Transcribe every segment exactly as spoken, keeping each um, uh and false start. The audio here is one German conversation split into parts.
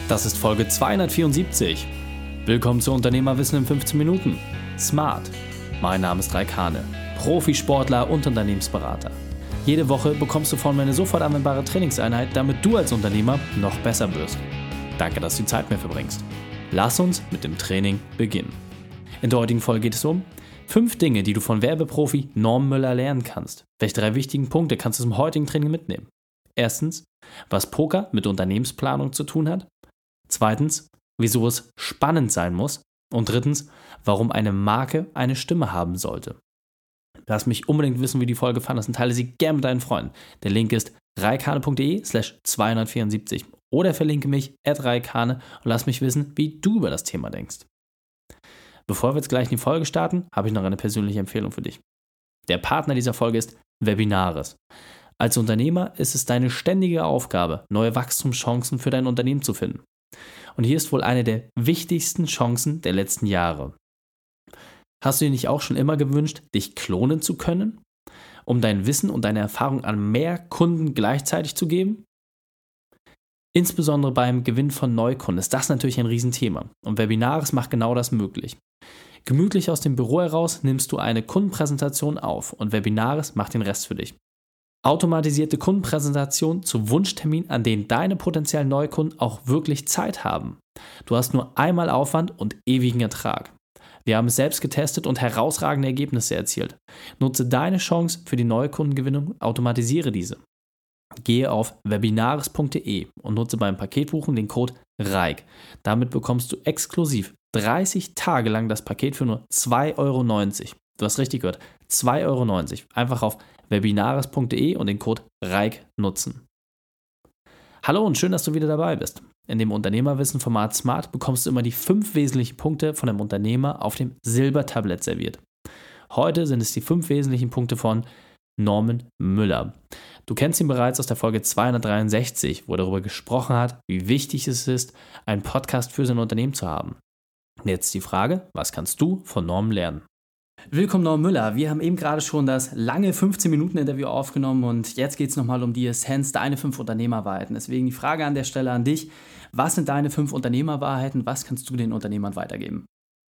Das ist Folge zweihundertvierundsiebzig. Willkommen zu Unternehmerwissen in fünfzehn Minuten. Smart. Mein Name ist Raik Hane, Profisportler und Unternehmensberater. Jede Woche bekommst du von mir eine sofort anwendbare Trainingseinheit, damit du als Unternehmer noch besser wirst. Danke, dass du die Zeit mit mir verbringst. Lass uns mit dem Training beginnen. In der heutigen Folge geht es um fünf Dinge, die du von Werbeprofi Norm Müller lernen kannst. Welche drei wichtigen Punkte kannst du zum heutigen Training mitnehmen? Erstens, was Poker mit Unternehmensplanung zu tun hat. Zweitens, wieso es spannend sein muss. Und drittens, warum eine Marke eine Stimme haben sollte. Lass mich unbedingt wissen, wie die Folge fandest und teile sie gerne mit deinen Freunden. Der Link ist reikhane.de slash zweihundertvierundsiebzig oder verlinke mich at reikhane und lass mich wissen, wie du über das Thema denkst. Bevor wir jetzt gleich in die Folge starten, habe ich noch eine persönliche Empfehlung für dich. Der Partner dieser Folge ist Webinaris. Als Unternehmer ist es deine ständige Aufgabe, neue Wachstumschancen für dein Unternehmen zu finden. Und hier ist wohl eine der wichtigsten Chancen der letzten Jahre. Hast du dir nicht auch schon immer gewünscht, dich klonen zu können, um dein Wissen und deine Erfahrung an mehr Kunden gleichzeitig zu geben? Insbesondere beim Gewinn von Neukunden ist das natürlich ein Riesenthema und Webinaris macht genau das möglich. Gemütlich aus dem Büro heraus nimmst du eine Kundenpräsentation auf und Webinaris macht den Rest für dich. Automatisierte Kundenpräsentation zu Wunschtermin, an denen deine potenziellen Neukunden auch wirklich Zeit haben. Du hast nur einmal Aufwand und ewigen Ertrag. Wir haben es selbst getestet und herausragende Ergebnisse erzielt. Nutze deine Chance für die Neukundengewinnung und automatisiere diese. Gehe auf webinaris punkt de und nutze beim Paketbuchen den Code RAIK. Damit bekommst du exklusiv dreißig Tage lang das Paket für nur zwei Euro neunzig. Du hast richtig gehört, zwei Euro neunzig. Einfach auf webinaris punkt de und den Code RAIK nutzen. Hallo und schön, dass du wieder dabei bist. In dem Unternehmerwissen-Format Smart bekommst du immer die fünf wesentlichen Punkte von einem Unternehmer auf dem Silbertablett serviert. Heute sind es die fünf wesentlichen Punkte von Norman Müller. Du kennst ihn bereits aus der Folge zweihundertdreiundsechzig, wo er darüber gesprochen hat, wie wichtig es ist, einen Podcast für sein Unternehmen zu haben. Jetzt die Frage, was kannst du von Norman lernen? Willkommen Norman Müller. Wir haben eben gerade schon das lange fünfzehn Minuten Interview aufgenommen und jetzt geht es nochmal um die Essenz, deine fünf Unternehmerwahrheiten. Deswegen die Frage an der Stelle an dich, was sind deine fünf Unternehmerwahrheiten, was kannst du den Unternehmern weitergeben?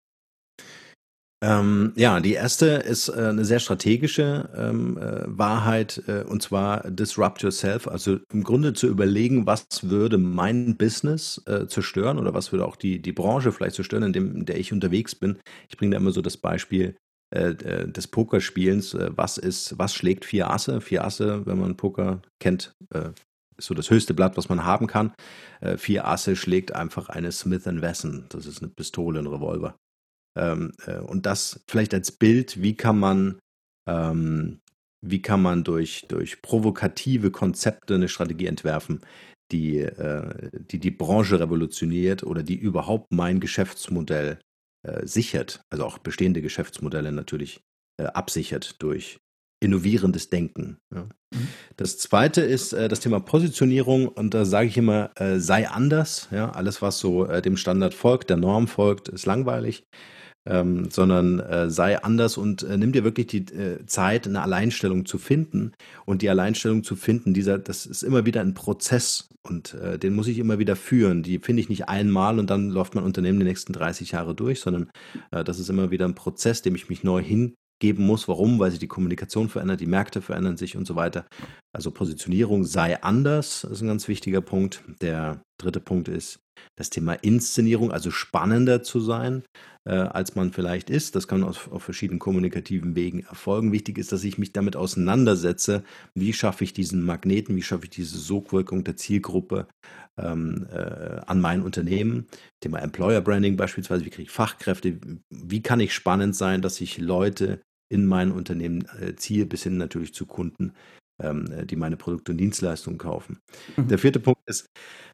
Ähm, ja, die erste ist äh, eine sehr strategische ähm, äh, Wahrheit äh, und zwar Disrupt Yourself, also im Grunde zu überlegen, was würde mein Business äh, zerstören oder was würde auch die, die Branche vielleicht zerstören, in, dem, in der ich unterwegs bin. Ich bringe da immer so das Beispiel äh, des Pokerspielens. Äh, was ist, was schlägt vier Asse? Vier Asse, wenn man Poker kennt, äh, ist so das höchste Blatt, was man haben kann. Äh, vier Asse schlägt einfach eine Smith and Wesson. Das ist eine Pistole, ein Revolver. Ähm, äh, und das vielleicht als Bild, wie kann man, ähm, wie kann man durch, durch provokative Konzepte eine Strategie entwerfen, die, äh, die die Branche revolutioniert oder die überhaupt mein Geschäftsmodell äh, sichert, also auch bestehende Geschäftsmodelle natürlich äh, absichert durch innovierendes Denken. Ja. Mhm. Das zweite ist äh, das Thema Positionierung und da sage ich immer, äh, sei anders. Ja. Alles, was so äh, dem Standard folgt, der Norm folgt, ist langweilig. Ähm, sondern äh, sei anders und äh, nimm dir wirklich die äh, Zeit, eine Alleinstellung zu finden. Und die Alleinstellung zu finden, dieser, das ist immer wieder ein Prozess und äh, den muss ich immer wieder führen. Die finde ich nicht einmal und dann läuft mein Unternehmen die nächsten dreißig Jahre durch, sondern äh, das ist immer wieder ein Prozess, dem ich mich neu hingeben muss. Warum? Weil sich die Kommunikation verändert, die Märkte verändern sich und so weiter. Also Positionierung sei anders, ist ein ganz wichtiger Punkt. Der dritte Punkt ist das Thema Inszenierung, also spannender zu sein, äh, als man vielleicht ist. Das kann auf, auf verschiedenen kommunikativen Wegen erfolgen. Wichtig ist, dass ich mich damit auseinandersetze, wie schaffe ich diesen Magneten, wie schaffe ich diese Sogwirkung der Zielgruppe ähm, äh, an mein Unternehmen. Thema Employer Branding beispielsweise, wie kriege ich Fachkräfte, wie kann ich spannend sein, dass ich Leute in mein Unternehmen äh, ziehe, bis hin natürlich zu Kunden, ähm, die meine Produkte und Dienstleistungen kaufen. Mhm. Der vierte Punkt ist,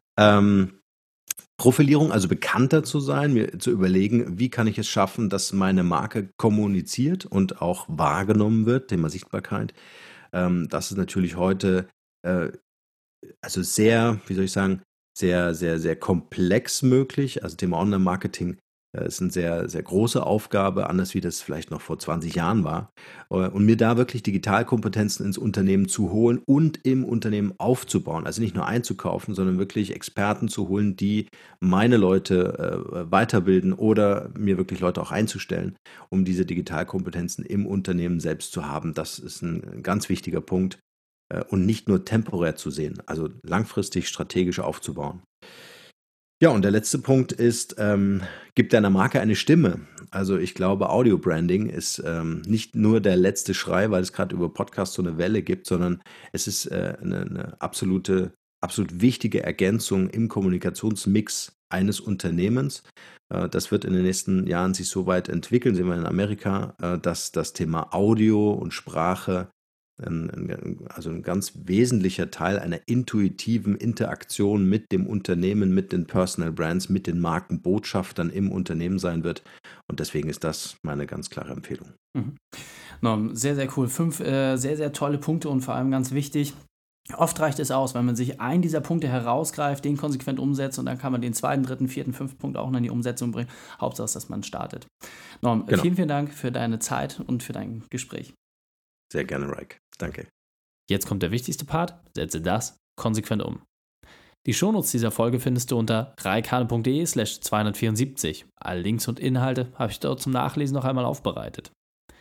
ähm, Profilierung, also bekannter zu sein, mir zu überlegen, wie kann ich es schaffen, dass meine Marke kommuniziert und auch wahrgenommen wird, Thema Sichtbarkeit. Ähm, das ist natürlich heute äh, also sehr, wie soll ich sagen, sehr, sehr, sehr komplex möglich. Also Thema Online-Marketing Das ist eine sehr, sehr große Aufgabe, anders wie das vielleicht noch vor zwanzig Jahren war. Und mir da wirklich Digitalkompetenzen ins Unternehmen zu holen und im Unternehmen aufzubauen. Also nicht nur einzukaufen, sondern wirklich Experten zu holen, die meine Leute äh, weiterbilden oder mir wirklich Leute auch einzustellen, um diese Digitalkompetenzen im Unternehmen selbst zu haben. Das ist ein ganz wichtiger Punkt äh, und nicht nur temporär zu sehen, also langfristig strategisch aufzubauen. Ja, und der letzte Punkt ist, ähm, gib deiner Marke eine Stimme. Also ich glaube, Audio-Branding ist ähm, nicht nur der letzte Schrei, weil es gerade über Podcasts so eine Welle gibt, sondern es ist äh, eine, eine absolute, absolut wichtige Ergänzung im Kommunikationsmix eines Unternehmens. Äh, das wird in den nächsten Jahren sich so weit entwickeln, sehen wir in Amerika, äh, dass das Thema Audio und Sprache also ein ganz wesentlicher Teil einer intuitiven Interaktion mit dem Unternehmen, mit den Personal Brands, mit den Markenbotschaftern im Unternehmen sein wird. Und deswegen ist das meine ganz klare Empfehlung. Mhm. No, sehr, sehr cool. Fünf äh, sehr, sehr tolle Punkte und vor allem ganz wichtig. Oft reicht es aus, wenn man sich einen dieser Punkte herausgreift, den konsequent umsetzt und dann kann man den zweiten, dritten, vierten, fünften Punkt auch noch in die Umsetzung bringen. Hauptsache ist, dass man startet. Norm, genau. Vielen, vielen Dank für deine Zeit und für dein Gespräch. Sehr gerne, Raik. Danke. Jetzt kommt der wichtigste Part. Setze das konsequent um. Die Shownotes dieser Folge findest du unter reikhane.de slash 274. Alle Links und Inhalte habe ich dort zum Nachlesen noch einmal aufbereitet.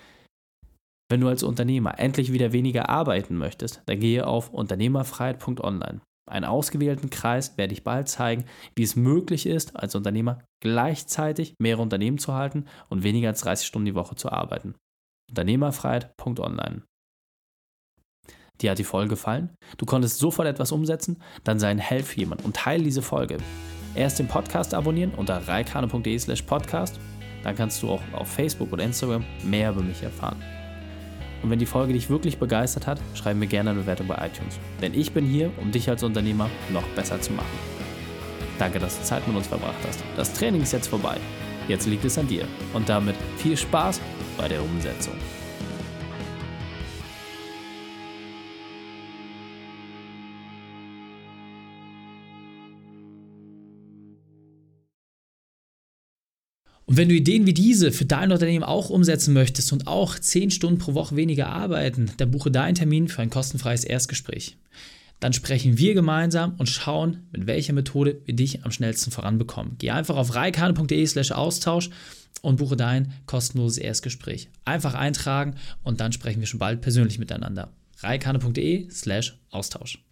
Wenn du als Unternehmer endlich wieder weniger arbeiten möchtest, dann gehe auf unternehmerfreiheit punkt online. Einen ausgewählten Kreis werde ich bald zeigen, wie es möglich ist, als Unternehmer gleichzeitig mehrere Unternehmen zu halten und weniger als dreißig Stunden die Woche zu arbeiten. unternehmerfreiheit punkt online. Dir hat die Folge gefallen? Du konntest sofort etwas umsetzen? Dann sei ein Held für jemanden und teile diese Folge. Erst den Podcast abonnieren unter reikhane.de slash podcast. Dann kannst du auch auf Facebook oder Instagram mehr über mich erfahren. Und wenn die Folge dich wirklich begeistert hat, schreib mir gerne eine Bewertung bei iTunes. Denn ich bin hier, um dich als Unternehmer noch besser zu machen. Danke, dass du Zeit mit uns verbracht hast. Das Training ist jetzt vorbei. Jetzt liegt es an dir. Und damit viel Spaß bei der Umsetzung. Und wenn du Ideen wie diese für dein Unternehmen auch umsetzen möchtest und auch zehn Stunden pro Woche weniger arbeiten, dann buche deinen Termin für ein kostenfreies Erstgespräch. Dann sprechen wir gemeinsam und schauen, mit welcher Methode wir dich am schnellsten voranbekommen. Geh einfach auf reikhane.de slash Austausch und buche dein kostenloses Erstgespräch. Einfach eintragen und dann sprechen wir schon bald persönlich miteinander. reikhane.de slash Austausch.